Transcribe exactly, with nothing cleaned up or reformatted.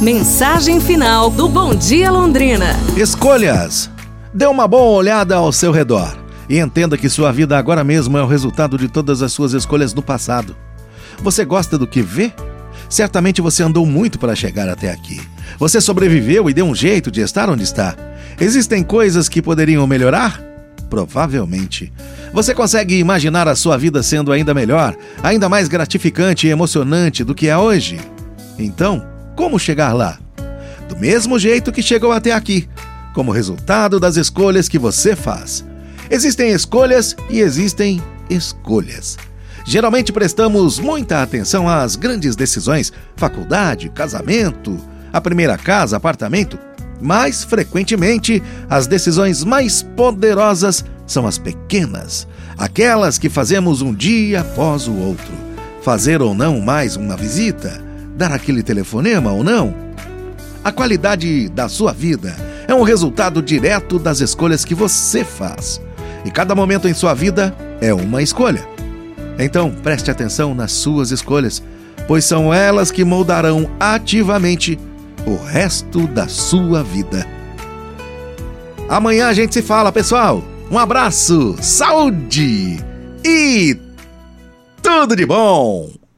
Mensagem final do Bom Dia Londrina. Escolhas. Dê uma boa olhada ao seu redor e entenda que sua vida agora mesmo é o resultado de todas as suas escolhas do passado. Você gosta do que vê? Certamente você andou muito para chegar até aqui. Você sobreviveu e deu um jeito de estar onde está. Existem coisas que poderiam melhorar? Provavelmente. Você consegue imaginar a sua vida sendo ainda melhor, ainda mais gratificante e emocionante do que é hoje? Então, como chegar lá? Do mesmo jeito que chegou até aqui, como resultado das escolhas que você faz. Existem escolhas e existem escolhas. Geralmente prestamos muita atenção às grandes decisões, faculdade, casamento, a primeira casa, apartamento, mas frequentemente as decisões mais poderosas são as pequenas, aquelas que fazemos um dia após o outro. Fazer ou não mais uma visita, dar aquele telefonema ou não. A qualidade da sua vida é um resultado direto das escolhas que você faz. E cada momento em sua vida é uma escolha. Então, preste atenção nas suas escolhas, pois são elas que moldarão ativamente o resto da sua vida. Amanhã a gente se fala, pessoal. Um abraço, saúde e tudo de bom!